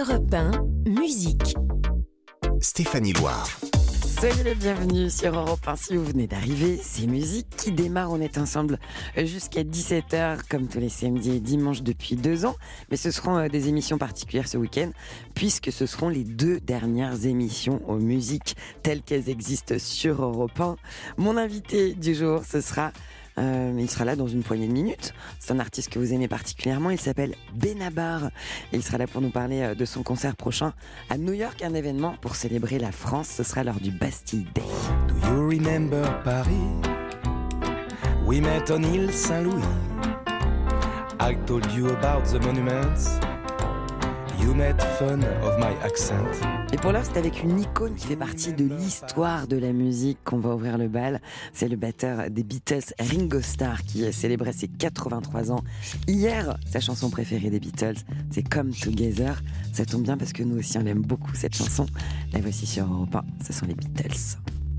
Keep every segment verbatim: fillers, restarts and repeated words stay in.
Europe un, musique. Stéphanie Loire. Soyez les bienvenus sur Europe un. Si vous venez d'arriver, c'est musique qui démarre. On est ensemble jusqu'à dix-sept heures, comme tous les samedis et dimanches depuis deux ans. Mais ce seront des émissions particulières ce week-end, puisque ce seront les deux dernières émissions aux musiques telles qu'elles existent sur Europe un. Mon invité du jour, ce sera... Euh, il sera là dans une poignée de minutes. C'est un artiste que vous aimez particulièrement. Il s'appelle Benabar. Et il sera là pour nous parler de son concert prochain à New York, un événement pour célébrer la France. Ce sera lors du Bastille Day. Do you remember Paris? We met on Île Saint-Louis. I told you about the monuments. You made fun of my accent. Et pour l'heure, c'est avec une icône qui fait partie de l'histoire de la musique qu'on va ouvrir le bal. C'est le batteur des Beatles, Ringo Starr, qui célébrait ses quatre-vingt-trois ans. Hier, sa chanson préférée des Beatles, c'est Come Together. Ça tombe bien parce que nous aussi, on aime beaucoup cette chanson. La voici sur Europe un, ce sont les Beatles.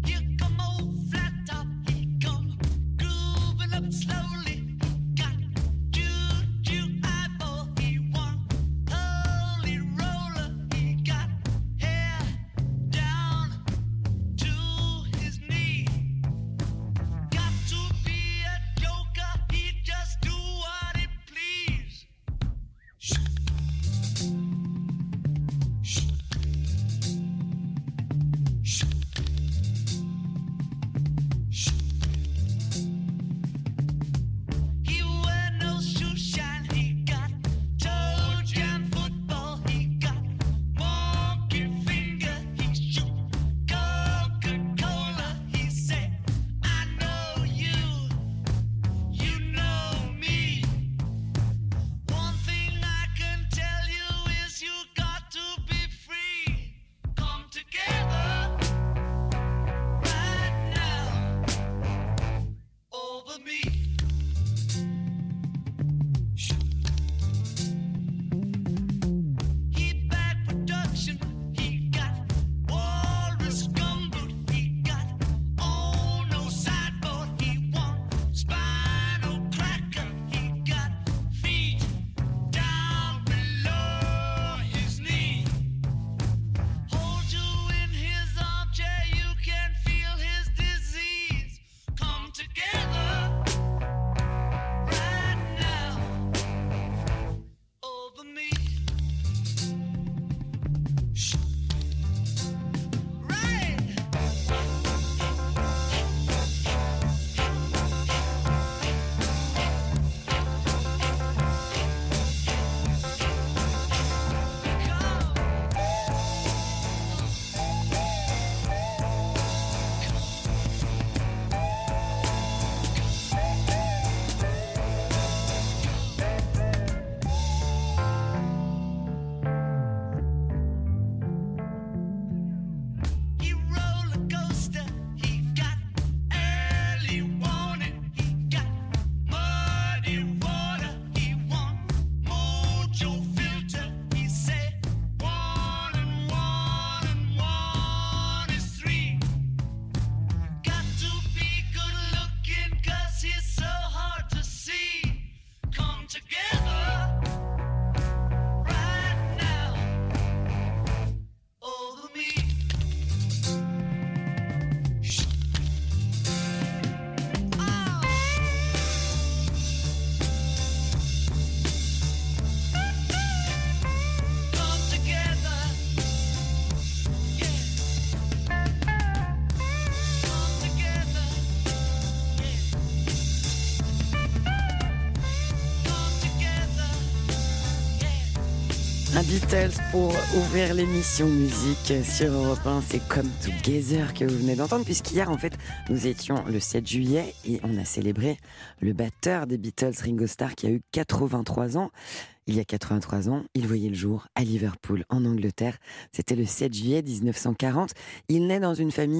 Un Beatles pour ouvrir l'émission musique sur Europe un, c'est Come Together que vous venez d'entendre, puisqu'hier en fait nous étions le sept juillet et on a célébré le batteur des Beatles, Ringo Starr, qui a eu quatre-vingt-trois ans. Il y a quatre-vingt-trois ans, il voyait le jour à Liverpool, en Angleterre. C'était le sept juillet mille neuf cent quarante. Il naît dans une famille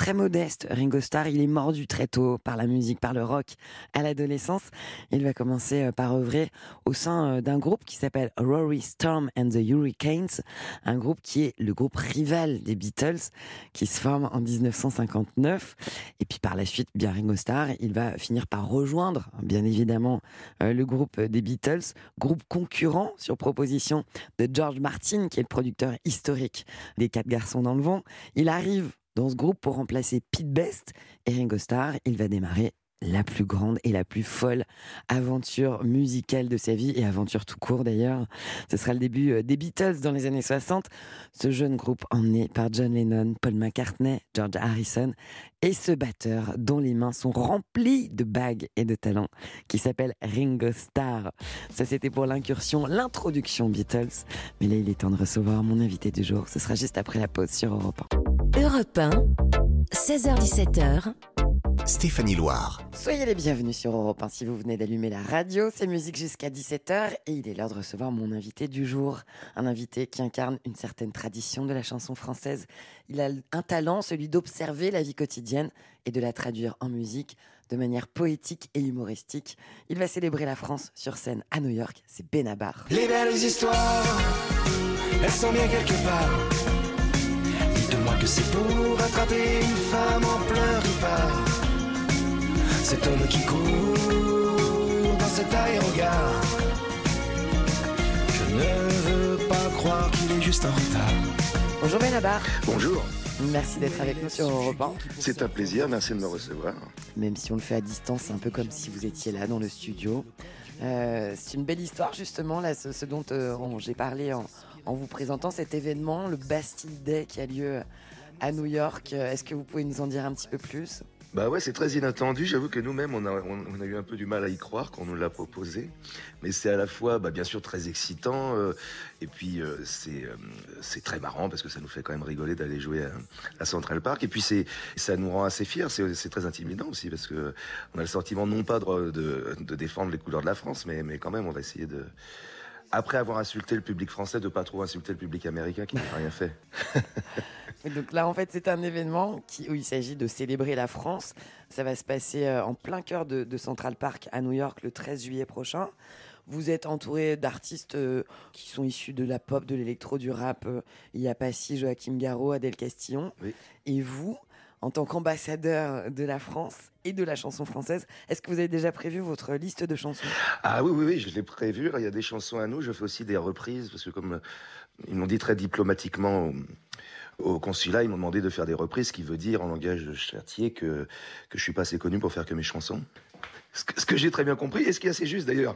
très modeste. Ringo Starr, il est mordu très tôt par la musique, par le rock à l'adolescence. Il va commencer par œuvrer au sein d'un groupe qui s'appelle Rory Storm and the Hurricanes, un groupe qui est le groupe rival des Beatles, qui se forme en dix-neuf cent cinquante-neuf. Et puis par la suite, bien Ringo Starr, il va finir par rejoindre, bien évidemment, euh, le groupe des Beatles, groupe concurrent sur proposition de George Martin, qui est le producteur historique des Quatre Garçons dans le Vent. Il arrive dans ce groupe pour remplacer Pete Best, et Ringo Starr, il va démarrer la plus grande et la plus folle aventure musicale de sa vie, et aventure tout court d'ailleurs. Ce sera le début des Beatles dans les années soixante. Ce jeune groupe emmené par John Lennon, Paul McCartney, George Harrison et ce batteur dont les mains sont remplies de bagues et de talent, qui s'appelle Ringo Starr. Ça, c'était pour l'incursion, l'introduction Beatles. Mais là, il est temps de recevoir mon invité du jour. Ce sera juste après la pause sur Europe un. Europe un, seize heures dix-sept heures. Stéphanie Loire. Soyez les bienvenus sur Europe un si vous venez d'allumer la radio. C'est musique jusqu'à dix-sept heures et il est l'heure de recevoir mon invité du jour. Un invité qui incarne une certaine tradition de la chanson française. Il a un talent, celui d'observer la vie quotidienne et de la traduire en musique de manière poétique et humoristique. Il va célébrer la France sur scène à New York. C'est Benabar. Les belles histoires, elles sont bien quelque part. Dites-moi que c'est pour attraper une femme en pleurs il part. Cet homme qui court dans cet aérogare. Je ne veux pas croire qu'il est juste en retard. Bonjour Benabar. Bonjour. Merci d'être avec nous sur Europe un. C'est un plaisir, merci de me recevoir. Même si on le fait à distance, c'est un peu comme si vous étiez là dans le studio. Euh, c'est une belle histoire justement, là, ce, ce dont euh, on, j'ai parlé en, en vous présentant cet événement, le Bastille Day qui a lieu à New York. Est-ce que vous pouvez nous en dire un petit peu plus ? Bah ouais, c'est très inattendu. J'avoue que nous-mêmes, on a, on, on a eu un peu du mal à y croire quand on nous l'a proposé. Mais c'est à la fois, bah, bien sûr, très excitant. Euh, et puis, euh, c'est, euh, c'est très marrant parce que ça nous fait quand même rigoler d'aller jouer à, à Central Park. Et puis, c'est, ça nous rend assez fiers. C'est, c'est très intimidant aussi parce que on a le sentiment non pas de, de, de défendre les couleurs de la France, mais, mais quand même, on va essayer de... Après avoir insulté le public français, de pas trop insulter le public américain qui n'a rien fait. Donc là, en fait, c'est un événement qui, où il s'agit de célébrer la France. Ça va se passer en plein cœur de, de Central Park à New York le treize juillet prochain. Vous êtes entouré d'artistes euh, qui sont issus de la pop, de l'électro, du rap. Euh, il y a Passy, Joachim Garraud, Adèle Castillon. Oui. Et vous, en tant qu'ambassadeur de la France et de la chanson française, est-ce que vous avez déjà prévu votre liste de chansons ? Ah oui, oui, oui, je l'ai prévu. Alors, il y a des chansons à nous. Je fais aussi des reprises parce que comme euh, ils m'ont dit très diplomatiquement au, au consulat, ils m'ont demandé de faire des reprises, ce qui veut dire en langage de châtier que, que je suis pas assez connu pour faire que mes chansons. Ce que, ce que j'ai très bien compris et ce qui est assez juste d'ailleurs.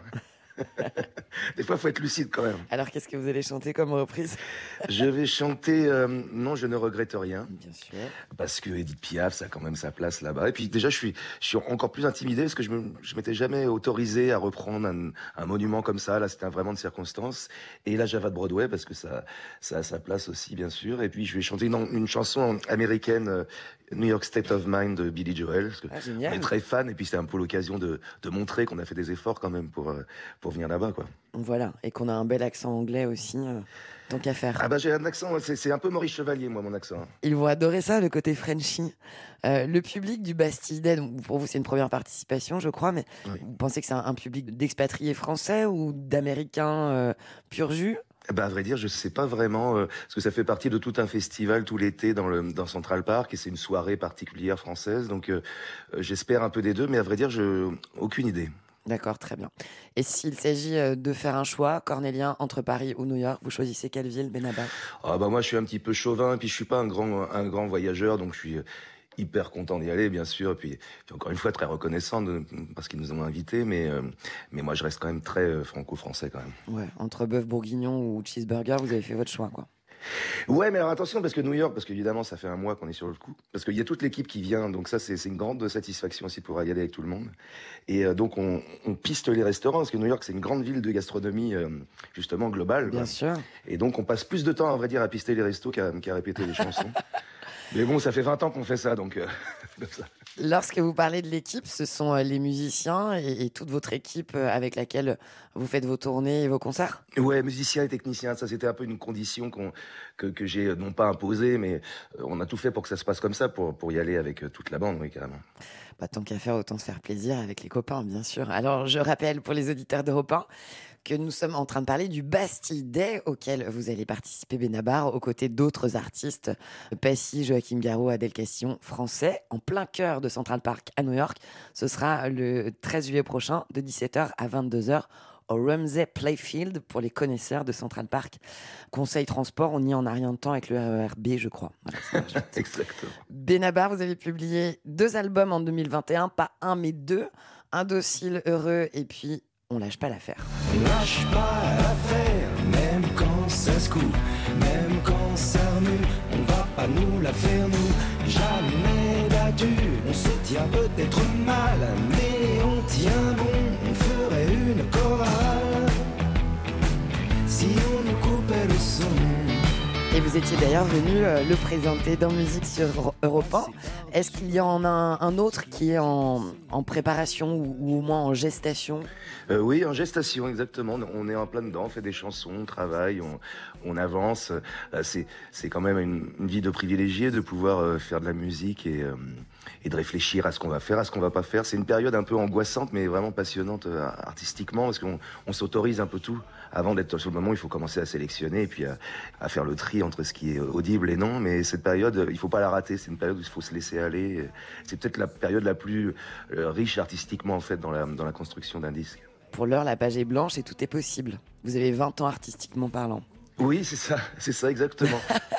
Des fois, il faut être lucide quand même. Alors, qu'est-ce que vous allez chanter comme reprise ? Je vais chanter euh, Non, je ne regrette rien. Bien sûr. Parce que Edith Piaf, ça a quand même sa place là-bas. Et puis déjà, je suis, je suis encore plus intimidé parce que je me, je m'étais jamais autorisé à reprendre un, un monument comme ça. Là, c'était vraiment de circonstance. Et là, Java de Broadway parce que ça, ça a sa place aussi, bien sûr. Et puis, je vais chanter une, une chanson américaine, euh, New York State of Mind de Billy Joel. Parce que ah, génial. on est très fan. Et puis, c'était un peu l'occasion de, de montrer qu'on a fait des efforts quand même pour, euh, pour venir là-bas, quoi. Voilà, et qu'on a un bel accent anglais aussi, euh, tant qu'à faire. Ah bah j'ai un accent, c'est, c'est un peu Maurice Chevalier, moi, mon accent. Ils vont adorer ça, le côté Frenchy. Euh, le public du Bastille Day, donc pour vous c'est une première participation, je crois, mais Oui. vous pensez que c'est un, un public d'expatriés français ou d'Américains euh, pur jus ? Bah, à vrai dire, je sais pas vraiment, euh, parce que ça fait partie de tout un festival tout l'été dans le dans Central Park, et c'est une soirée particulière française, donc euh, j'espère un peu des deux, mais à vrai dire, je aucune idée. D'accord, très bien. Et s'il s'agit euh, de faire un choix, cornélien, entre Paris ou New York, vous choisissez quelle ville, Benabar ? Ah bah moi, je suis un petit peu chauvin, et puis je suis pas un grand un grand voyageur, donc je suis hyper content d'y aller, bien sûr, et puis, puis encore une fois très reconnaissant de, parce qu'ils nous ont invités, mais euh, mais moi je reste quand même très euh, franco-français quand même. Ouais, entre bœuf bourguignon ou cheeseburger, vous avez fait votre choix, quoi. Ouais, mais alors attention, parce que New York, parce qu'évidemment, ça fait un mois qu'on est sur le coup. Parce qu'il y a toute l'équipe qui vient, donc ça, c'est, c'est une grande satisfaction aussi de pouvoir y aller avec tout le monde. Et euh, donc, on, on piste les restaurants, parce que New York, c'est une grande ville de gastronomie, euh, justement, globale. Bien quoi. sûr. Et donc, on passe plus de temps, à vrai dire, à pister les restos qu'à, qu'à répéter les chansons. Mais bon, ça fait vingt ans qu'on fait ça, donc... Euh, comme ça. Lorsque vous parlez de l'équipe, ce sont les musiciens et, et toute votre équipe avec laquelle vous faites vos tournées et vos concerts? Ouais, musiciens et techniciens, ça c'était un peu une condition qu'on, que, que j'ai non pas imposée, mais on a tout fait pour que ça se passe comme ça, pour, pour y aller avec toute la bande, oui, carrément. Bah, tant qu'à faire, autant se faire plaisir avec les copains, bien sûr. Alors, je rappelle pour les auditeurs d'Europe un que nous sommes en train de parler du Bastille Day auquel vous allez participer, Benabar, aux côtés d'autres artistes, Passy, Joachim Garraud, Adèle Castillon, français, en plein cœur de Central Park à New York. Ce sera le treize juillet prochain, de dix-sept heures à vingt-deux heures, au Ramsey Playfield, pour les connaisseurs de Central Park. Conseil transport, on y en a rien de temps avec le R E R B, je crois. Voilà, Exactement. Benabar, vous avez publié deux albums en deux mille vingt et un, pas un mais deux. Indocile, heureux, et puis On lâche pas l'affaire. On lâche pas l'affaire, même quand ça se coupe, même quand ça remue, on va pas nous la faire nous, jamais battu, on se tient peut-être mal, mais on tient bon, on ferait une chorale, si on nous coupait le son. Et vous étiez d'ailleurs venu euh, le présenter dans Musique sur Europe un. Est-ce qu'il y en a un, un autre qui est en, en préparation ou, ou au moins en gestation? euh, Oui, en gestation, exactement. On est en plein dedans, on fait des chansons, on travaille, on, on avance. Euh, c'est, c'est quand même une, une vie de privilégié de pouvoir euh, faire de la musique et, euh, et de réfléchir à ce qu'on va faire, à ce qu'on va pas faire. C'est une période un peu angoissante, mais vraiment passionnante euh, artistiquement, parce qu'on on s'autorise un peu tout avant d'être sur le moment où il faut commencer à sélectionner et puis à, à faire le tri entre ce qui est audible et non. Mais cette période, il faut pas la rater. C'est une période où il faut se laisser aller. C'est peut-être la période la plus euh, riche artistiquement, en fait, dans la, dans la construction d'un disque. Pour l'heure, la page est blanche et tout est possible. Vous avez vingt ans artistiquement parlant. Oui, c'est ça, c'est ça exactement.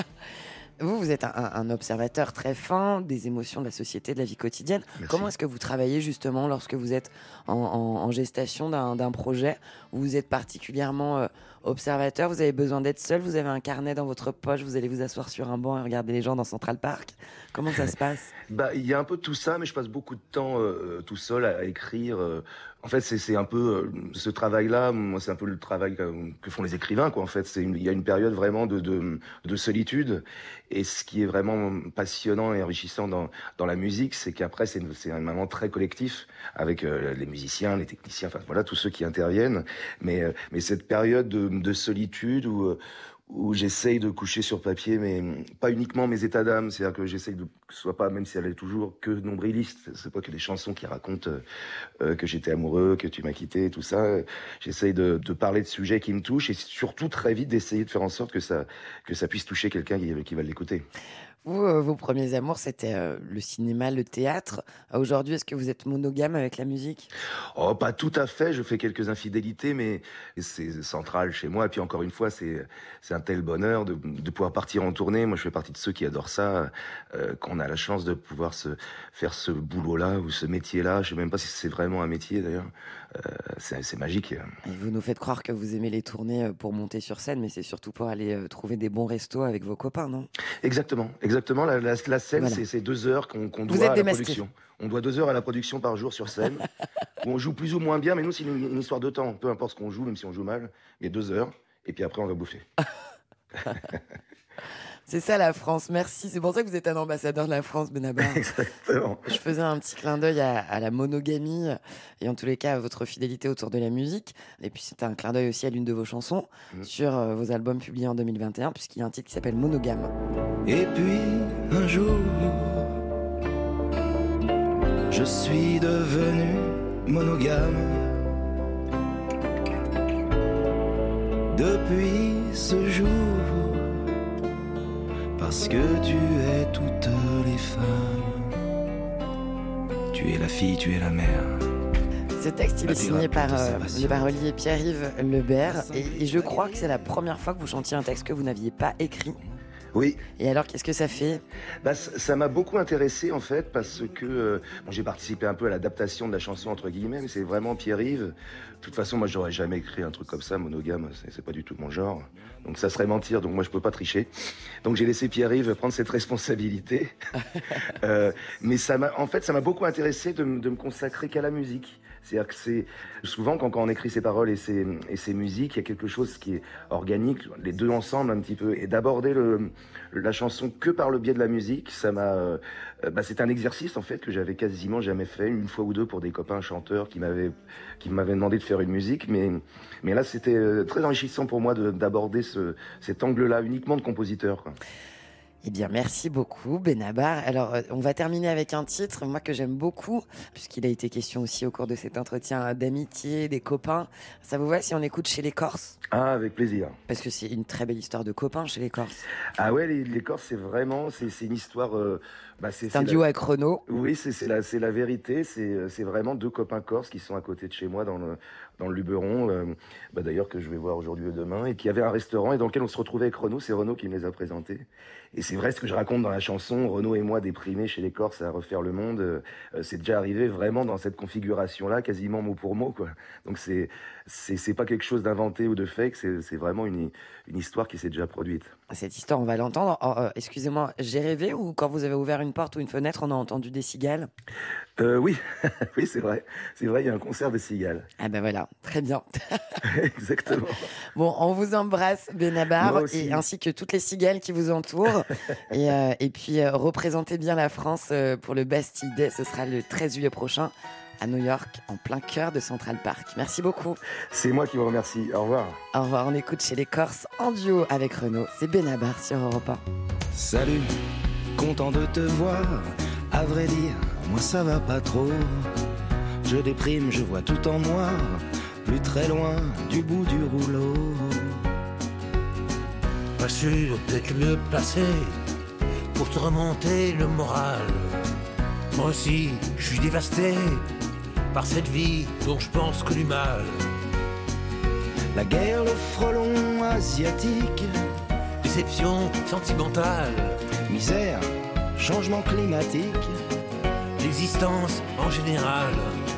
Vous, vous êtes un, un observateur très fin des émotions de la société, de la vie quotidienne. Merci. Comment est-ce que vous travaillez justement lorsque vous êtes en, en, en gestation d'un, d'un projet où vous êtes particulièrement euh, observateur? Vous avez besoin d'être seul, vous avez un carnet dans votre poche, vous allez vous asseoir sur un banc et regarder les gens dans Central Park. Comment ça se passe? Bah, il y a un peu de tout ça, mais je passe beaucoup de temps euh, tout seul à, à écrire. Euh. En fait, c'est, c'est un peu euh, ce travail-là. Moi, c'est un peu le travail que, que font les écrivains, quoi. En fait, c'est une, il y a une période vraiment de, de, de solitude. Et ce qui est vraiment passionnant et enrichissant dans, dans la musique, c'est qu'après, c'est, une, c'est un moment très collectif avec euh, les musiciens, les techniciens, enfin voilà, tous ceux qui interviennent. Mais, euh, mais cette période de, de solitude où euh, où j'essaye de coucher sur papier, mais pas uniquement mes états d'âme. C'est-à-dire que j'essaye de que ce soit pas, même si elle est toujours que nombriliste, c'est pas que des chansons qui racontent euh, que j'étais amoureux, que tu m'as quitté, tout ça. J'essaye de, de parler de sujets qui me touchent et surtout très vite d'essayer de faire en sorte que ça, que ça puisse toucher quelqu'un qui, qui va l'écouter. Vous, euh, vos premiers amours, c'était euh, le cinéma, le théâtre. Euh, aujourd'hui, est-ce que vous êtes monogame avec la musique? Oh, pas tout à fait. Je fais quelques infidélités, mais c'est central chez moi. Et puis encore une fois, c'est c'est un tel bonheur de, de pouvoir partir en tournée. Moi, je fais partie de ceux qui adorent ça, euh, qu'on a la chance de pouvoir se faire ce boulot-là ou ce métier-là. Je sais même pas si c'est vraiment un métier d'ailleurs. Euh, c'est, c'est magique. Et vous nous faites croire que vous aimez les tournées pour monter sur scène, mais c'est surtout pour aller euh, trouver des bons restos avec vos copains, non? Exactement, exactement. La, la, la scène, Voilà. c'est, c'est deux heures qu'on, qu'on Vous doit êtes à la démasqué. production. On doit deux heures à la production par jour sur scène, où on joue plus ou moins bien, mais nous, c'est une, une histoire de temps. Peu importe ce qu'on joue, même si on joue mal, mais deux heures, et puis après, on va bouffer. C'est ça la France, merci. C'est pour ça que vous êtes un ambassadeur de la France, Benabar. Exactement. Je faisais un petit clin d'œil à, à la monogamie et en tous les cas à votre fidélité autour de la musique. Et puis c'était un clin d'œil aussi à l'une de vos chansons mmh. sur euh, vos albums publiés en deux mille vingt et un, puisqu'il y a un titre qui s'appelle Monogame. Et puis un jour, je suis devenu monogame. Depuis ce jour, parce que tu es toutes les femmes, tu es la fille, tu es la mère. Ce texte, il est signé par euh, le parolier Pierre-Yves Lebert, et, et je crois que c'est la première fois que vous chantiez un texte que vous n'aviez pas écrit. Oui. Et alors, qu'est-ce que ça fait? Bah, ça m'a beaucoup intéressé, en fait, parce que euh, bon, j'ai participé un peu à l'adaptation de la chanson, entre guillemets, mais c'est vraiment Pierre-Yves. De toute façon, moi, j'aurais jamais écrit un truc comme ça, monogame, c'est, c'est pas du tout mon genre. Donc ça serait mentir, donc moi, je peux pas tricher. Donc j'ai laissé Pierre-Yves prendre cette responsabilité. euh, mais ça m'a, en fait, ça m'a beaucoup intéressé de, de me consacrer qu'à la musique. C'est-à-dire que c'est souvent quand, quand on écrit ses paroles et ses, et ses musiques, il y a quelque chose qui est organique, les deux ensemble un petit peu. Et d'aborder le, la chanson que par le biais de la musique, ça m'a, euh, bah, c'est un exercice en fait que j'avais quasiment jamais fait, une fois ou deux pour des copains chanteurs qui m'avaient qui m'avaient demandé de faire une musique. Mais mais là, c'était très enrichissant pour moi de, d'aborder ce, cet angle-là uniquement de compositeur, quoi. Eh bien, merci beaucoup, Benabar. Alors, euh, on va terminer avec un titre, moi, que j'aime beaucoup, puisqu'il a été question aussi au cours de cet entretien d'amitié, des copains. Ça vous va si on écoute Chez les Corses ? Ah, avec plaisir. Parce que c'est une très belle histoire de copains chez les Corses. Ah ouais, les, les Corses, c'est vraiment, c'est, c'est une histoire... Euh, bah c'est, c'est, c'est un la... duo avec Renaud. Oui, c'est, c'est, la, c'est la vérité. C'est, c'est vraiment deux copains corses qui sont à côté de chez moi dans le, dans le Luberon. Euh, bah d'ailleurs, que je vais voir aujourd'hui et demain. Et qui avait un restaurant et dans lequel on se retrouvait avec Renaud. C'est Renaud qui me les a présentés. Et c'est vrai ce que je raconte dans la chanson. Renaud et moi déprimés chez les Corses à refaire le monde. Euh, c'est déjà arrivé vraiment dans cette configuration-là, quasiment mot pour mot, quoi. Donc c'est, c'est, c'est pas quelque chose d'inventé ou de fake. C'est, c'est vraiment une, une histoire qui s'est déjà produite. Cette histoire, on va l'entendre. Oh, euh, excusez-moi, j'ai rêvé ou quand vous avez ouvert une porte ou une fenêtre, on a entendu des cigales ? euh, Oui, oui, c'est vrai. C'est vrai, il y a un concert de cigales. Ah ben voilà, très bien. Exactement. Bon, on vous embrasse, Benabar, et ainsi que toutes les cigales qui vous entourent. et, euh, et puis, euh, représentez bien la France euh, pour le Bastille Day. Ce sera le treize juillet prochain à New York, en plein cœur de Central Park. Merci beaucoup. C'est moi qui vous remercie. Au revoir. Au revoir. On écoute Chez les Corses en duo avec Renaud. C'est Benabar sur Europe un. Salut, content de te voir. À vrai dire, moi ça va pas trop. Je déprime, je vois tout en noir, plus très loin du bout du rouleau. Pas sûr d'être le mieux placé pour te remonter le moral. Moi aussi, je suis dévasté par cette vie dont je pense que du mal. La guerre, le frelon asiatique, déception sentimentale, misère, changement climatique, l'existence en général.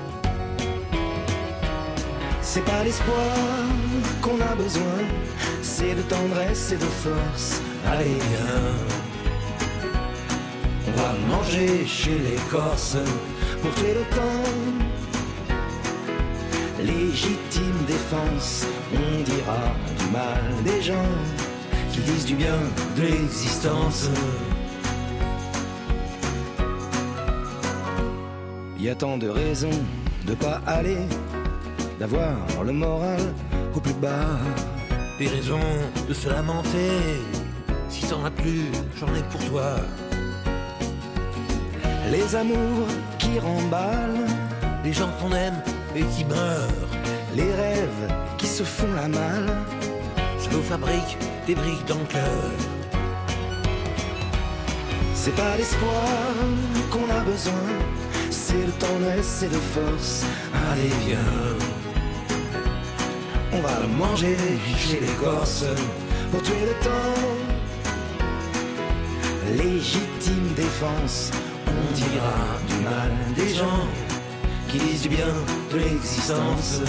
C'est pas l'espoir qu'on a besoin, c'est de tendresse et de force. Allez viens, on va manger chez les Corses pour tuer le temps. Légitime défense, on dira du mal des gens qui disent du bien de l'existence. Il y a tant de raisons de pas aller, d'avoir le moral au plus bas. Des raisons de se lamenter, si t'en as plus, j'en ai pour toi. Les amours qui remballent, les gens qu'on aime et qui meurent, les rêves qui se font la malle, ça nous fabrique des briques dans le cœur. C'est pas l'espoir qu'on a besoin, c'est de tendresse et de force. Allez viens, on va le manger chez les Corses pour tuer le temps. Légitime défense, on dira du mal des gens qui disent du bien de l'existence.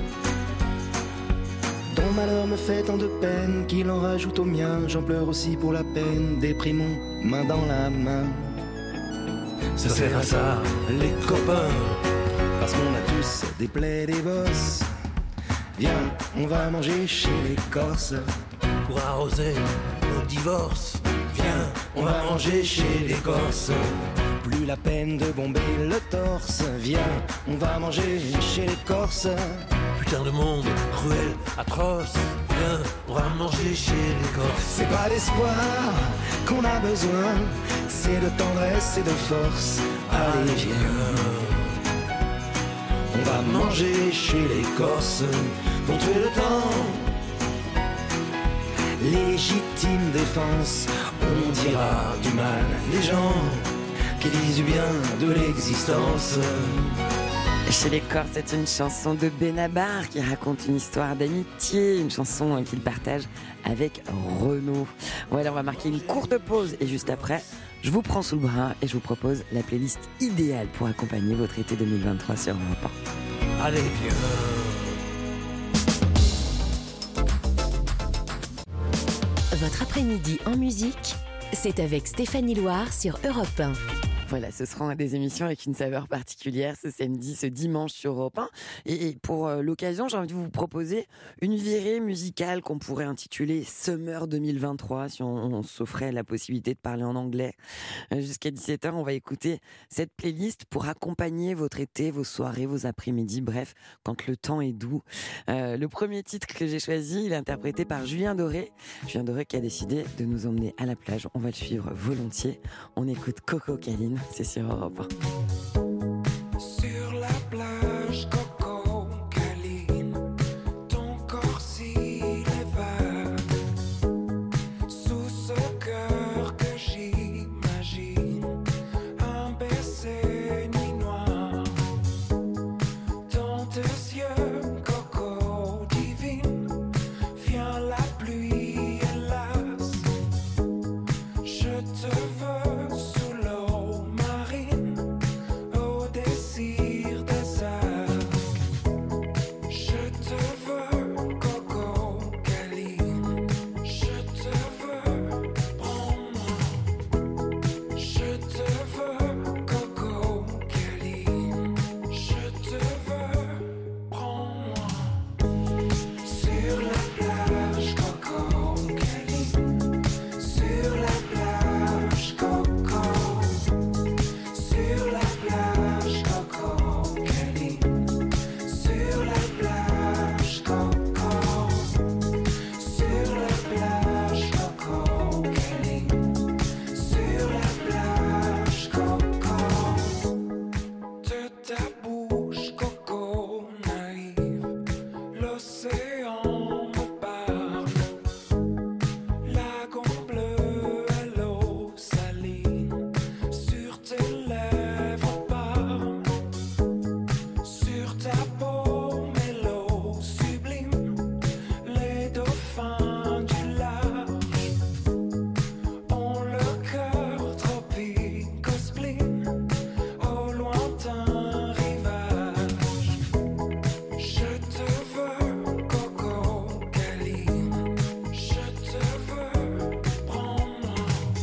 Ton malheur me fait tant de peine qu'il en rajoute au mien. J'en pleure aussi pour la peine, déprimons, main dans la main. Ça sert à ça, les copains, parce qu'on a tous des plaies, des bosses. Viens, on va manger chez les Corses pour arroser nos divorces. Viens, on va manger chez les Corses. Plus la peine de bomber le torse. Viens, on va manger chez les Corses. Putain de monde cruel, atroce. Viens, on va manger chez les Corses. C'est pas l'espoir qu'on a besoin, c'est de tendresse et de force. Allez viens, on va manger chez les Corses pour tuer le temps. Légitime défense, on dira du mal des gens qui disent du bien de l'existence. Chez les Corses, c'est une chanson de Benabar qui raconte une histoire d'amitié, une chanson qu'il partage avec Renaud. Voilà, on va marquer une courte pause et juste après, je vous prends sous le bras et je vous propose la playlist idéale pour accompagner votre été deux mille vingt-trois sur Europe un. Allez, viens. Votre après-midi en musique, c'est avec Stéphanie Loire sur Europe un. Voilà, ce seront des émissions avec une saveur particulière ce samedi, ce dimanche sur Europe un. Et, et pour euh, l'occasion, j'ai envie de vous proposer une virée musicale qu'on pourrait intituler Summer deux mille vingt-trois, si on, on s'offrait la possibilité de parler en anglais. Euh, jusqu'à dix-sept heures, on va écouter cette playlist pour accompagner votre été, vos soirées, vos après-midi, bref, quand le temps est doux. Euh, le premier titre que j'ai choisi, il est interprété par Julien Doré. Julien Doré qui a décidé de nous emmener à la plage. On va le suivre volontiers. On écoute Coco Caline, c'est sur Europe un. Sur la plage, Coco Caline, ton corps s'il est vague. Sous ce cœur que j'imagine, un baiser nuit noire. Dans tes yeux, Coco divine, vient la pluie hélas. Je te veux sous l'eau marine, au désir des arcs. Je te veux, Coco Caline. Je te veux, prends-moi. Je te veux, Coco Caline. Je te veux, prends-moi. Sur la plage, Coco Caline. Sur la plage, Coco. Sur la plage, Coco Caline. Sur la plage, Coco. Sur la plage, Coco Caline. Sur la plage, Coco. De ta bouche, Coco naïve, l'océan me parle. Lagon bleu à l'eau saline, sur tes lèvres parme. Sur ta peau, mélo sublime, les dauphins du large ont le cœur tropique au spleen, au lointain rivage. Je te veux, Coco Caline. Je te veux, prends-moi.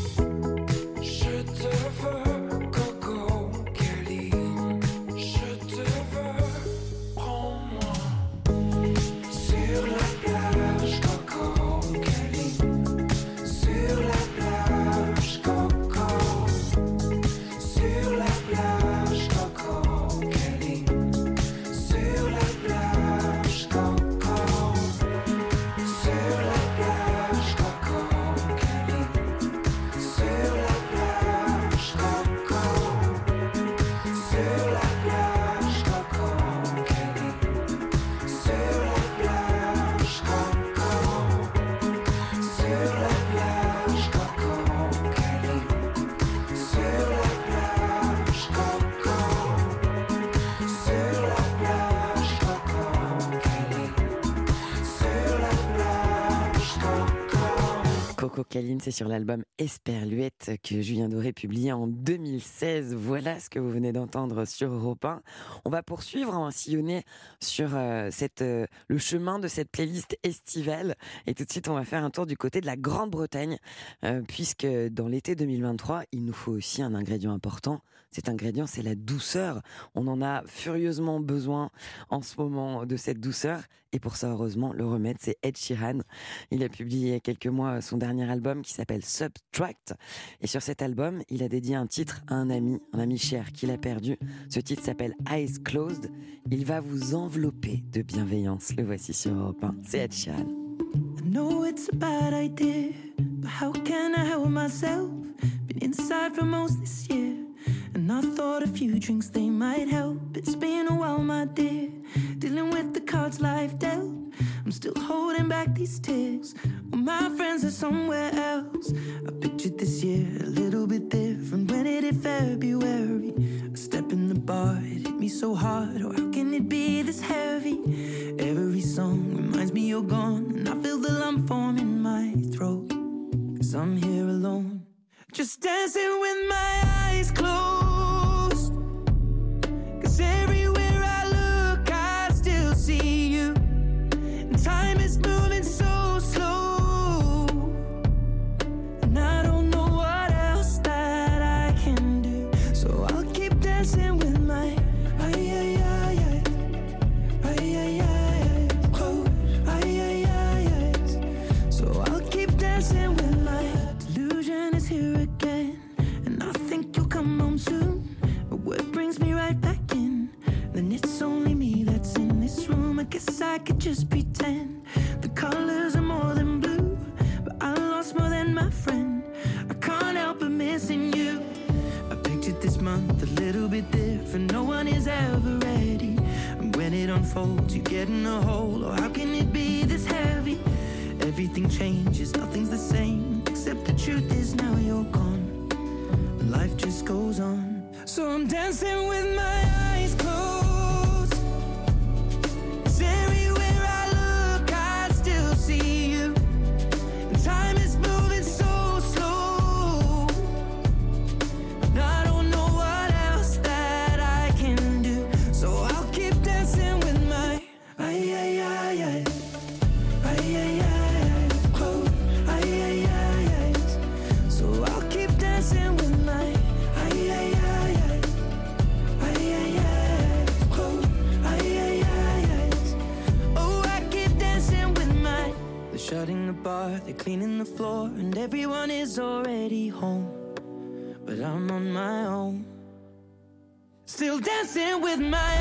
Je te veux, Coco Caline. Je te veux, prends-moi. Sur la plage, Coco Caline. Sur la plage, Coco. Sur la plage, Coco Caline. Sur la plage, Coco. Sur la plage, Coco Caline. Sur la plage, Coco. Sur la plage, Coco Caline. Sur la plage, Coco. Sur la plage, Coco Caline. Sur la plage, Coco. Sur la plage, Coco Caline. Sur la plage, Coco. Coco Caline, c'est sur l'album Esperluette que Julien Doré publié en deux mille seize. Voilà ce que vous venez d'entendre sur Europe un. On va poursuivre, on va sillonner sur euh, cette, euh, le chemin de cette playlist estivale. Et tout de suite, on va faire un tour du côté de la Grande-Bretagne, euh, puisque dans l'été deux mille vingt-trois, il nous faut aussi un ingrédient important. Cet ingrédient, c'est la douceur. On en a furieusement besoin en ce moment de cette douceur. Et pour ça, heureusement, le remède, c'est Ed Sheeran. Il a publié il y a quelques mois son dernier album qui s'appelle Subtract. Et sur cet album, il a dédié un titre à un ami, un ami cher qu'il a perdu. Ce titre s'appelle Eyes Closed. Il va vous envelopper de bienveillance. Le voici sur Europe un. C'est Ed Sheeran. I know it's a bad idea, but how can I help myself? Been inside for most this year, and I thought a few drinks they might help. It's been a while, my dear, dealing with the cards life dealt. I'm still holding back these tears, well, my friends are somewhere else. I pictured this year a little bit different when it hit February. A step in the bar, it hit me so hard, or how can it be this heavy? Every song reminds me you're gone, and I feel the lump form in my throat, 'cause I'm here alone, just dancing with my eyes closed. 'Cause everywhere I look, I still see you, and time is moving so slow, and I don't know what else that I can do. So dancing with my ay ay ay ay ay ay ay close ay ay ay ay. So I'll keep dancing with my delusion is here again, and I think you'll come home soon. But what brings me right back in? Then it's only me that's in this room. I guess I could just pretend the colors are more than blue, but I lost more than my friend. I can't help but missing you. I pictured this month a little bit different. No one is ever ready, and when it unfolds, you get in a hole. Oh, how can it be this heavy? Everything changes, nothing's the same, except the truth is now you're gone, and life just goes on. So I'm dancing with my eyes closed, 'cause everywhere I look I still see you, and time is moving so slow, and I don't know what else that I can do. So I'll keep dancing with my ay ay ay ay ay ay ay close ay ay ay ay. So I'll keep dancing with my ay ay ay ay ay ay ay close ay ay ay ay. Oh, I keep dancing with my. They're shutting the bar, they're cleaning the floor, and everyone is already home, but I'm on my own, still dancing with my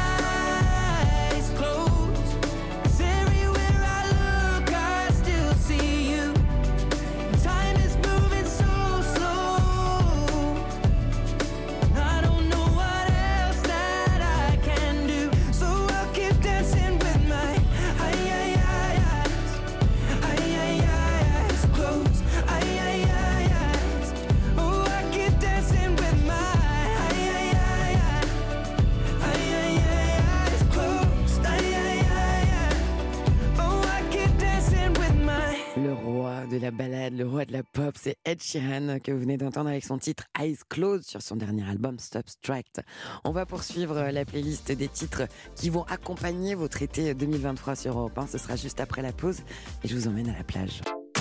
eyes closed. 'Cause everywhere I look I still see you, time is moving so slow, and I don't know what else that I can do. So I'll keep dancing with my ay ay ay eyes ay ay ay eyes closed ay ay ay eyes. Oh, I keep dancing with my ay ay ay ay ay ay ay eyes closed ay ay ay ay. Oh, I keep dancing with my. Le roi de la balade, le roi de la pop, c'est Ed Sheeran que vous venez d'entendre avec son titre Eyes Closed sur son dernier album Stop Strict. On va poursuivre la playlist des titres qui vont accompagner votre été deux mille vingt-trois sur Europe un. Ce sera juste après la pause et je vous emmène à la plage.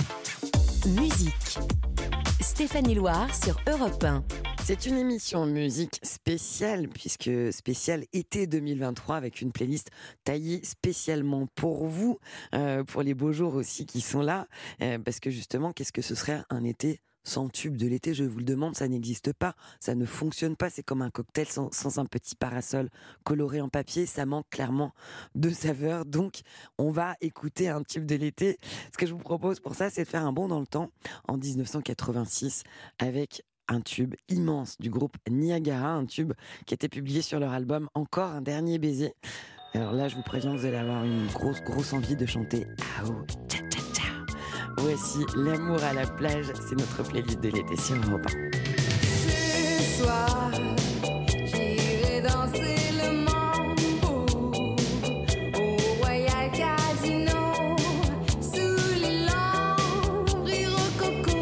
Musique. Stéphanie Loire sur Europe un. C'est une émission musique spéciale, puisque spéciale été deux mille vingt-trois, avec une playlist taillée spécialement pour vous, euh, pour les beaux jours aussi qui sont là, euh, parce que justement, qu'est-ce que ce serait un été sans tube de l'été? Je vous le demande, ça n'existe pas, ça ne fonctionne pas, c'est comme un cocktail sans, sans un petit parasol coloré en papier, ça manque clairement de saveur. Donc on va écouter un tube de l'été. Ce que je vous propose pour ça, c'est de faire un bond dans le temps en dix-neuf cent quatre-vingt-six avec un tube immense du groupe Niagara, un tube qui était publié sur leur album Encore un dernier baiser. Alors là, je vous préviens, vous allez avoir une grosse, grosse envie de chanter Ah oh, tcha tcha tcha. Voici L'amour à la plage, c'est notre playlist de l'été sur Europe un. Ce soir, j'irai danser le mambo au Royal Casino, sous les lambris rococo.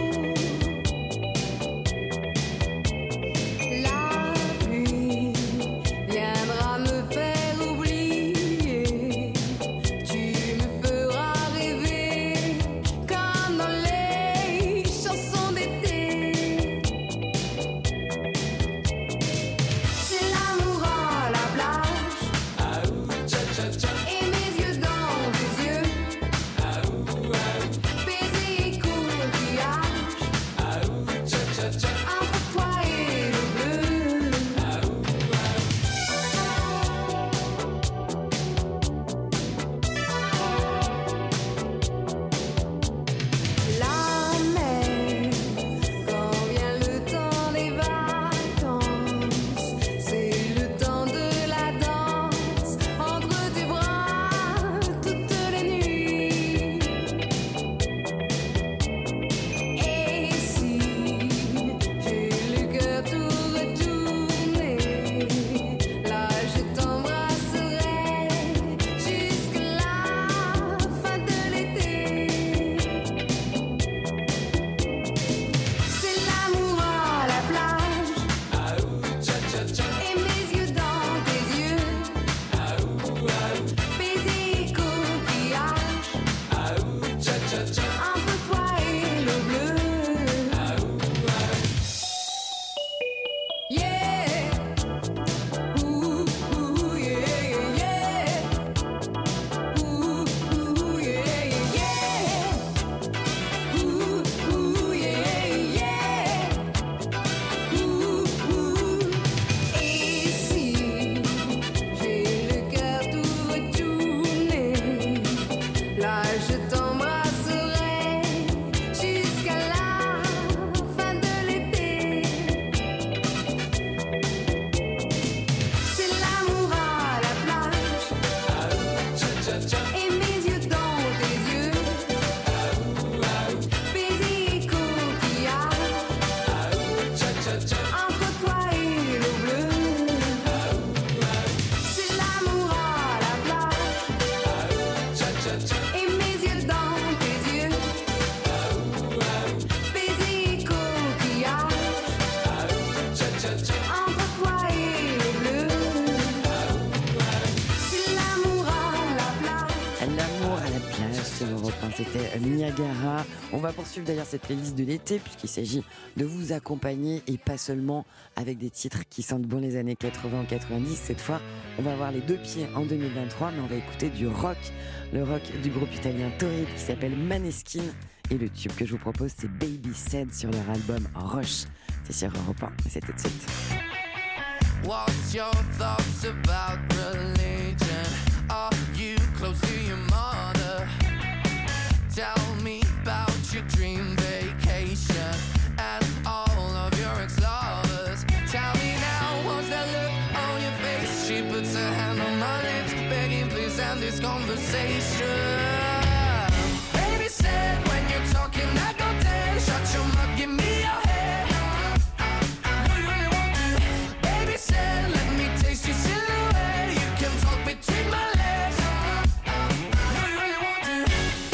La pluie viendra me faire oublier, tu me feras rêver comme dans les chansons d'été. C'est l'amour à la Niagara. On va poursuivre d'ailleurs cette playlist de l'été puisqu'il s'agit de vous accompagner et pas seulement avec des titres qui sentent bon les années quatre-vingts ou quatre-vingt-dix. Cette fois, on va avoir les deux pieds en deux mille vingt-trois, mais on va écouter du rock. Le rock du groupe italien Torrid qui s'appelle Maneskin. Et le tube que je vous propose, c'est Baby Said sur leur album Rush. C'est sur Europe un, et c'est tout de suite. What's your thoughts about religion? Are you close to your mother? Tell me about your dream vacation and all of your ex-lovers. Tell me now, what's that look on your face? She puts her hand on my lips, begging please end this conversation. Baby said when you're talking I go dead. Shut your mouth, give me your head. Do you really want to? Baby said let me taste your silhouette. You can talk between my legs. Do you really want to?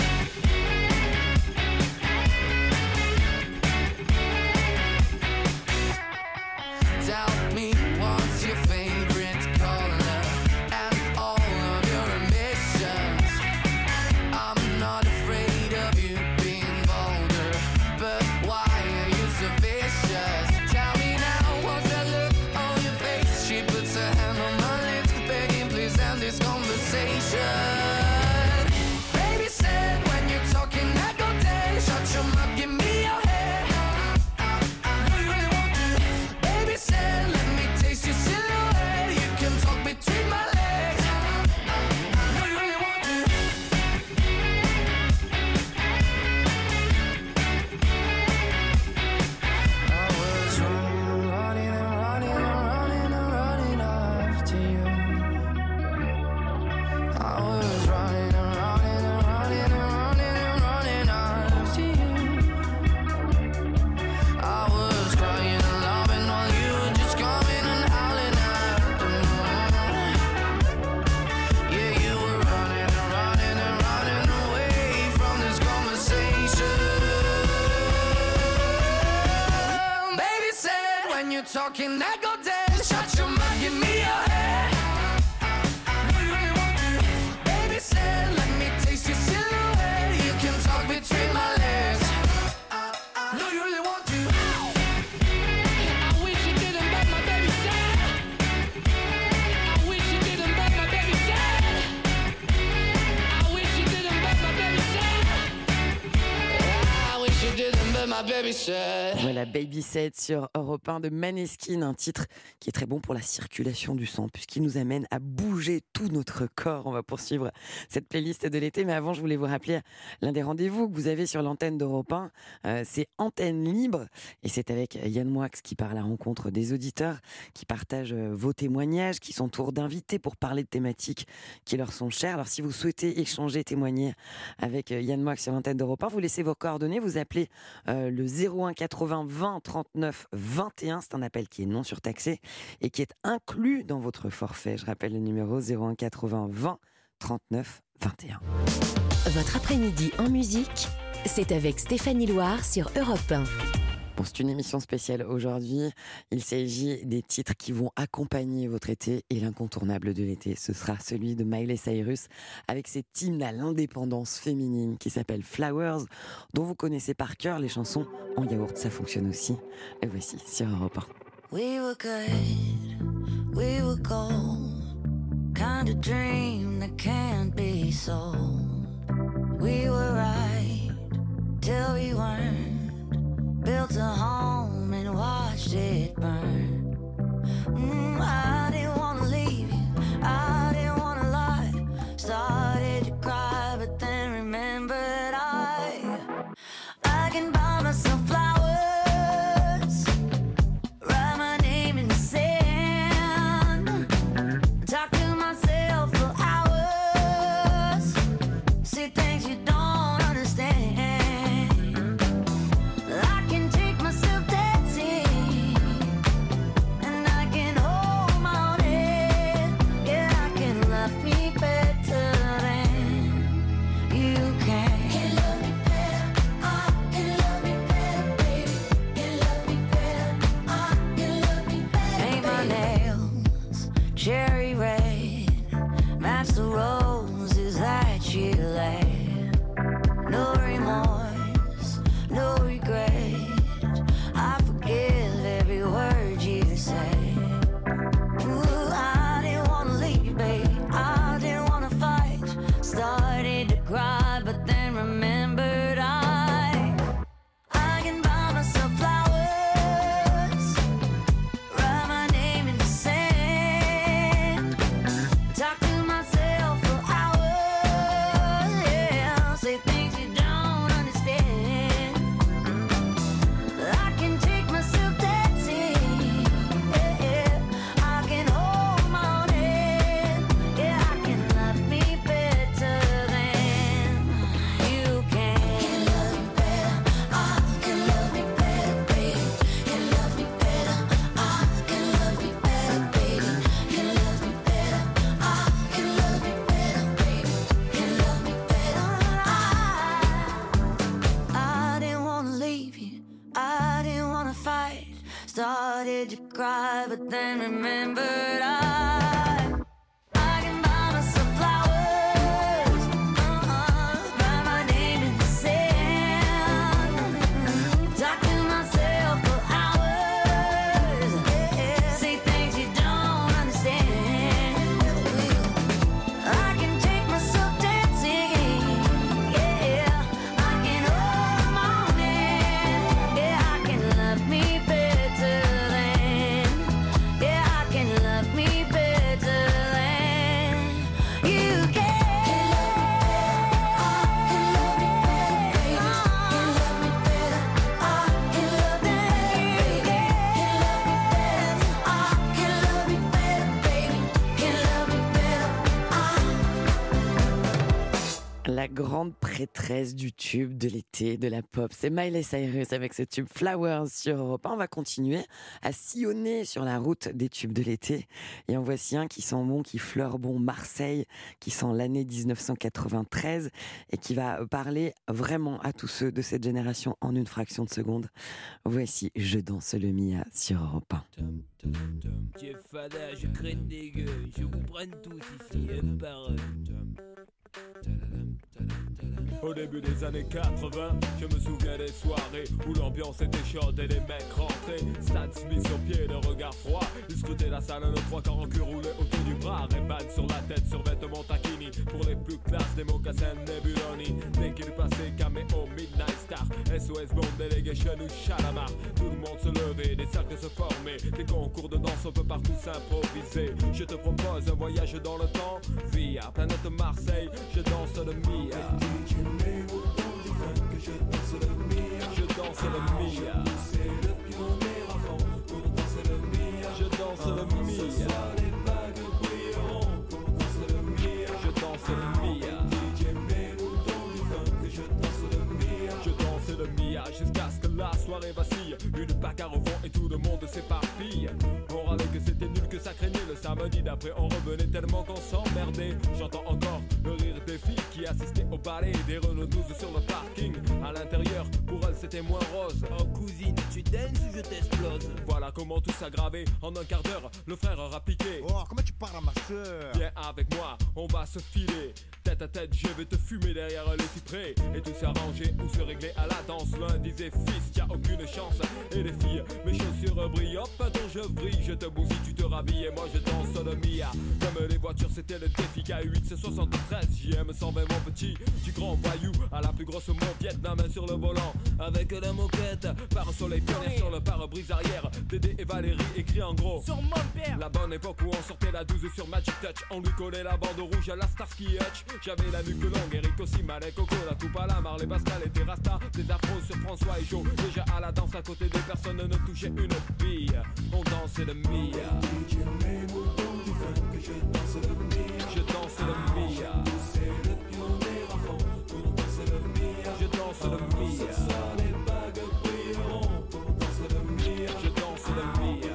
Tell me what's your favorite color and all of your ambitions. I'm not afraid of you being bolder, but why are you so vicious? Tell me now, what's that look on your face? She puts her hand on my lips, begging please end this conversation. Baby said when you're talking I go dead. Shut your mouth, give me your head. Do you really want to? Baby said let me taste your silhouette. You can talk between my legs. Do you really want to? I was running and running and running and running and running after you. I was running and running and running and running and running after you. I was crying and loving while you were just coming and howling at the moon. Yeah, you were running and running and running away from this conversation. Baby said when you're talking I go dead. Shut your mouth, give me your head. Do you really want to? Baby said let me taste your silhouette. You can talk between my legs. Do you really want to? I wish you didn't, but my baby said. I wish you didn't, but my baby said. I wish you didn't, but my baby said. I wish you didn't, but my baby said. Voilà, Baby Said sur Europe un de Maneskin, un titre qui est très bon pour la circulation du sang, puisqu'il nous amène à bouger tout notre corps. On va poursuivre cette playlist de l'été, mais avant, je voulais vous rappeler l'un des rendez-vous que vous avez sur l'antenne d'Europe un. Euh, c'est Antenne Libre, et c'est avec Yann Moix qui part à la rencontre des auditeurs, qui partagent euh, vos témoignages, qui s'entourent d'invités pour parler de thématiques qui leur sont chères. Alors, si vous souhaitez échanger, témoigner avec euh, Yann Moix sur l'antenne d'Europe un, vous laissez vos coordonnées, vous appelez euh, le zéro un quatre-vingts vingt trente-neuf vingt et un. C'est un appel qui est non surtaxé et qui est inclus dans votre forfait. Je rappelle le numéro zéro un quatre-vingts vingt trente-neuf vingt et un. Votre après-midi en musique, c'est avec Stéphanie Loire sur Europe un. Bon, c'est une émission spéciale aujourd'hui. Il s'agit des titres qui vont accompagner votre été, et l'incontournable de l'été, ce sera celui de Miley Cyrus avec cet hymne à l'indépendance féminine qui s'appelle Flowers, dont vous connaissez par cœur les chansons en yaourt. Ça fonctionne aussi. Et voici sur Europe un. We were good, we were gold, kind of dream that can't be sold. We were right till we weren't, built a home and watched it burn. Mm, I didn't wanna leave you, I didn't wanna lie. Started to cry, but then remembered I I can buy myself flowers, write my name in the sand, talk to myself for hours, see things you don't understand. I can take myself dancing, and I can hold my own head. Yeah, I can love me better than you can. Can love me better, I can love me better, started to cry, but then remembered I I can buy myself flowers, uh-uh, write my name in the sand, talk to myself for hours, yeah, say things you don't understand. I can take myself dancing, yeah, I can hold my own hand, yeah, I can love me better than, yeah, I can love me better than you can. Can love me better, I can love me better, I can love me better, baby, can love me better, I La grande prêtresse du tube de l'été, de la pop, c'est Miley Cyrus avec ce tube Flowers sur Europe un. On va continuer à sillonner sur la route des tubes de l'été. Et en voici un qui sent bon, qui fleure bon Marseille, qui sent l'année dix-neuf cent quatre-vingt-treize et qui va parler vraiment à tous ceux de cette génération en une fraction de seconde. Voici Je danse le Mia sur Europe un. Jeff Fada, je craigne des gueux, je vous prenne tous ici, un par un. Au début des années quatre-vingts, je me souviens des soirées où l'ambiance était chaude et les mecs rentraient. Stan Smith sur pied, le regard froid. Ils scrutaient la salle, nos trois quarts en cul roulés autour du bras. Ray-Ban sur la tête, sur vêtements taquini. Pour les plus classes, des mocassins Nebuloni. Dès qu'il passait, caméo, Midnight Star, S O S Bomb, Delegation ou Chalamar. Tout le monde se levait, des cercles se formaient. Des concours de danse, on peut partout s'improviser. Je te propose un voyage dans le temps via planète Marseille, je danse le Mia. Je danse le Mia. Je danse le Mia. Je danse le Mia. Je danse le Mia. Je danse le Mia jusqu'à ce que la soirée vacille. Une bagarre au fond et tout le monde s'éparpille. On râlait que c'était nul, que ça craignait. Le samedi d'après on revenait tellement qu'on s'emmerdait. J'entends encore le rire des filles qui assistaient au ballet. Des Renault douze sur le parking. À l'intérieur, pour elles c'était moins rose. Oh cousine, tu danses ou je t'explose? Voilà comment tout s'aggravait. En un quart d'heure, le frère aura piqué. Oh, comment tu parles à ma soeur? Viens avec moi, on va se filer. Tête à tête, je vais te fumer derrière les cyprès. Et tout s'arranger ou se régler à la danse. L'un disait fils, y'a aucune chance. Et les filles, mes chaussures brillent. Hop, attends, je brille, je te bousille, tu te rhabilles. Et moi je danse le Mia. Comme les voitures, c'était le défi. K huit, c'est soixante-treize. J M cent vingt, mon petit. Du grand voyou à la plus grosse mauviette. La main sur le volant, avec la moquette. Par un soleil pionnier sur le pare-brise arrière. Dédé et Valérie écrit en gros sur mon père. La bonne époque où on sortait la douze sur Magic Touch. On lui collait la bande rouge à la Starsky Hutch. J'avais la nuque longue, Eric aussi, Malek, Coco, la coupe à la Marley, Pascal et Terrasta. Des afros sur François et Joe. Déjà à la danse à côté de personne ne touchait une bille. On dansait le Mia. Je danse le Mia. Je danse le Mia. Je danse le Mia.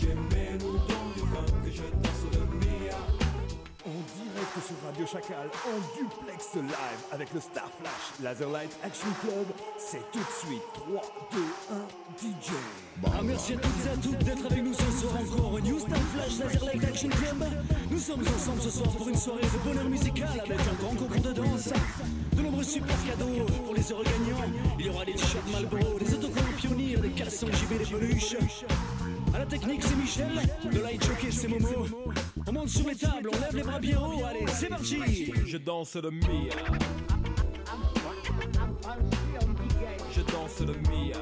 En direct sur Radio Chacal, en duplex live avec le Star Flash Laserlight Action Club, c'est tout de suite trois, deux, un, D J. Ah, merci à toutes et à toutes d'être avec nous ce soir encore au New Star Flash Laserlight Action Club. Nous sommes ensemble ce soir pour une soirée de bonheur musical avec un grand concours de danse, de nombreux super cadeaux pour les heureux gagnants. Il y aura des t-shirts Marlboro, des autocollants Pionnier, des caleçons J B, des peluches. À la technique c'est Michel, le light jockey c'est Momo. On monte sur les tables, on lève les bras bien haut, allez c'est parti. Je danse le Mia. Je danse le Mia.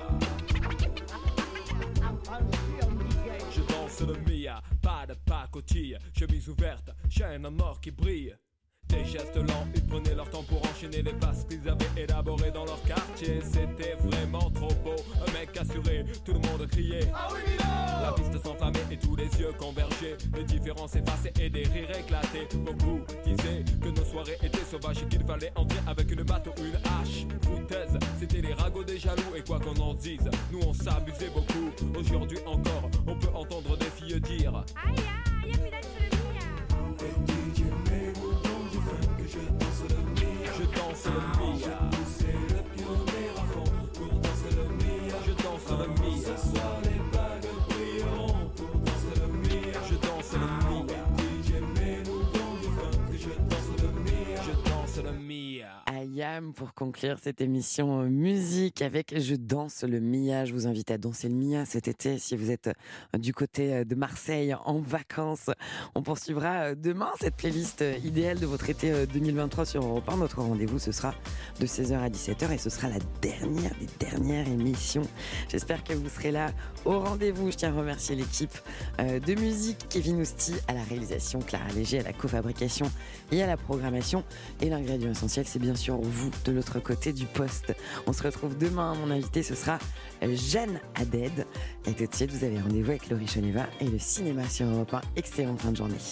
Je danse le Mia. Pas de pacotille, chemise ouverte, chaîne en or qui brille. Des gestes lents, ils prenaient leur temps pour enchaîner les passes qu'ils avaient élaborées dans leur quartier. C'était vraiment trop beau, un mec assuré, tout le monde criait ah oui, la piste s'enflammait et tous les yeux convergeaient. Les différences effacées et des rires éclatés. Beaucoup disaient que nos soirées étaient sauvages et qu'il fallait entrer avec une batte ou une hache. Foutaise, c'était les ragots des jaloux. Et quoi qu'on en dise, nous on s'amusait beaucoup. Aujourd'hui encore, on peut entendre des filles dire aïe aïe, y'a plus d'être sur le Mia. Je danse le Mia. Je danse le Mia. C'est le pionnier à fond pour danser le Mia. Je danse le Mia. Ce soir les bagues. Jam pour conclure cette émission musique avec Je danse le Mia. Je vous invite à danser le Mia cet été si vous êtes du côté de Marseille en vacances. On poursuivra demain cette playlist idéale de votre été deux mille vingt-trois sur Europe un. Notre rendez-vous, ce sera de seize heures à dix-sept heures et ce sera la dernière des dernières émissions. J'espère que vous serez là au rendez-vous. Je tiens à remercier l'équipe de musique, Kevin Ousti à la réalisation, Clara Léger à la cofabrication et à la programmation. Et l'ingrédient essentiel, c'est bien sûr vous de l'autre côté du poste. On se retrouve demain. Mon invité, ce sera Jeanne Haddad. Et tout de suite, vous avez rendez-vous avec Laurie Cheneva et le cinéma sur Europe un. Excellente fin de journée.